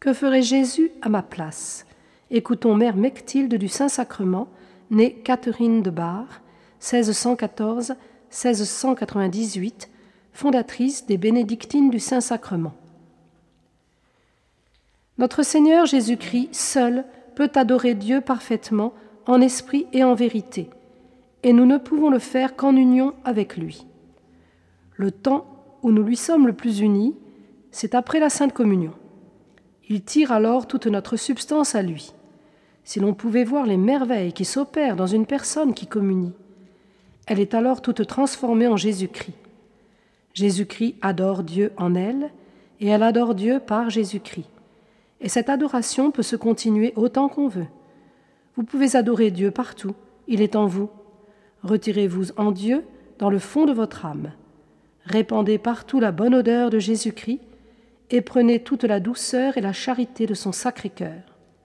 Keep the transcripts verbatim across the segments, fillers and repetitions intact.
Que ferait Jésus à ma place? Écoutons Mère Mechtilde du Saint-Sacrement, née Catherine de Bar, seize cent quatorze à seize cent quatre-vingt-dix-huit, fondatrice des Bénédictines du Saint-Sacrement. Notre Seigneur Jésus-Christ seul peut adorer Dieu parfaitement, en esprit et en vérité, et nous ne pouvons le faire qu'en union avec lui. Le temps où nous lui sommes le plus unis, c'est après la Sainte Communion. Il tire alors toute notre substance à lui. Si l'on pouvait voir les merveilles qui s'opèrent dans une personne qui communie, elle est alors toute transformée en Jésus-Christ. Jésus-Christ adore Dieu en elle, et elle adore Dieu par Jésus-Christ. Et cette adoration peut se continuer autant qu'on veut. Vous pouvez adorer Dieu partout, il est en vous. Retirez-vous en Dieu dans le fond de votre âme. Répandez partout la bonne odeur de Jésus-Christ et prenez toute la douceur et la charité de son Sacré-Cœur.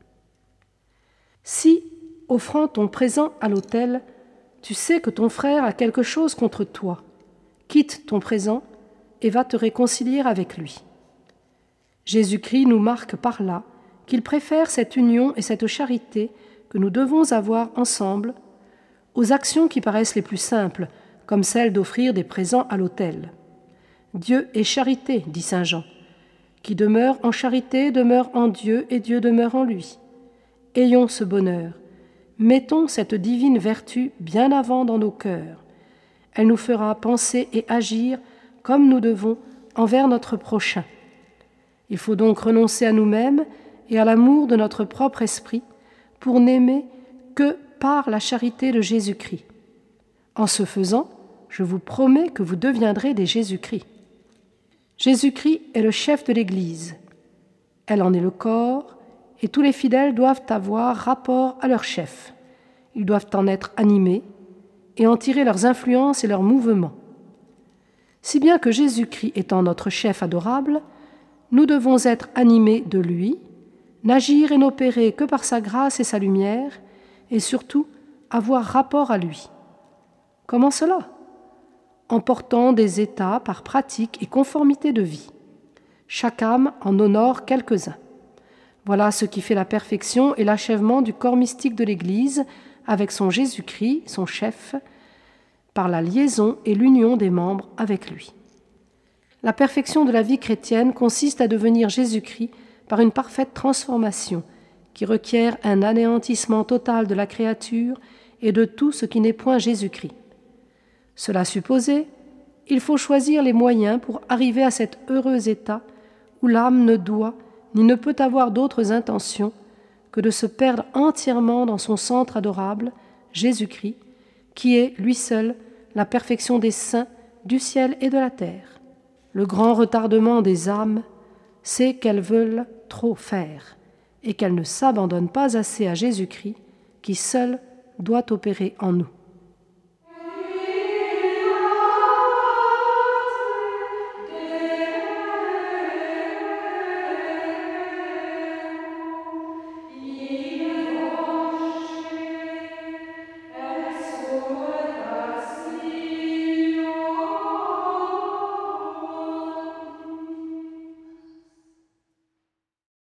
Si, offrant ton présent à l'autel, tu sais que ton frère a quelque chose contre toi, quitte ton présent et va te réconcilier avec lui. Jésus-Christ nous marque par là qu'il préfère cette union et cette charité que nous devons avoir ensemble aux actions qui paraissent les plus simples, comme celle d'offrir des présents à l'autel. Dieu est charité, dit saint Jean. Qui demeure en charité demeure en Dieu et Dieu demeure en lui. Ayons ce bonheur. Mettons cette divine vertu bien avant dans nos cœurs. Elle nous fera penser et agir comme nous devons envers notre prochain. Il faut donc renoncer à nous-mêmes et à l'amour de notre propre esprit pour n'aimer que par la charité de Jésus-Christ. En ce faisant, je vous promets que vous deviendrez des Jésus-Christ. Jésus-Christ est le chef de l'Église. Elle en est le corps, et tous les fidèles doivent avoir rapport à leur chef. Ils doivent en être animés et en tirer leurs influences et leurs mouvements. Si bien que Jésus-Christ étant notre chef adorable, nous devons être animés de lui, n'agir et n'opérer que par sa grâce et sa lumière, et surtout avoir rapport à lui. Comment cela? En portant des états par pratique et conformité de vie. Chaque âme en honore quelques-uns. Voilà ce qui fait la perfection et l'achèvement du corps mystique de l'Église avec son Jésus-Christ, son chef, par la liaison et l'union des membres avec lui. La perfection de la vie chrétienne consiste à devenir Jésus-Christ par une parfaite transformation qui requiert un anéantissement total de la créature et de tout ce qui n'est point Jésus-Christ. Cela supposé, il faut choisir les moyens pour arriver à cet heureux état où l'âme ne doit ni ne peut avoir d'autres intentions que de se perdre entièrement dans son centre adorable, Jésus-Christ, qui est, lui seul, la perfection des saints du ciel et de la terre. Le grand retardement des âmes, c'est qu'elles veulent trop faire et qu'elles ne s'abandonnent pas assez à Jésus-Christ, qui seul doit opérer en nous.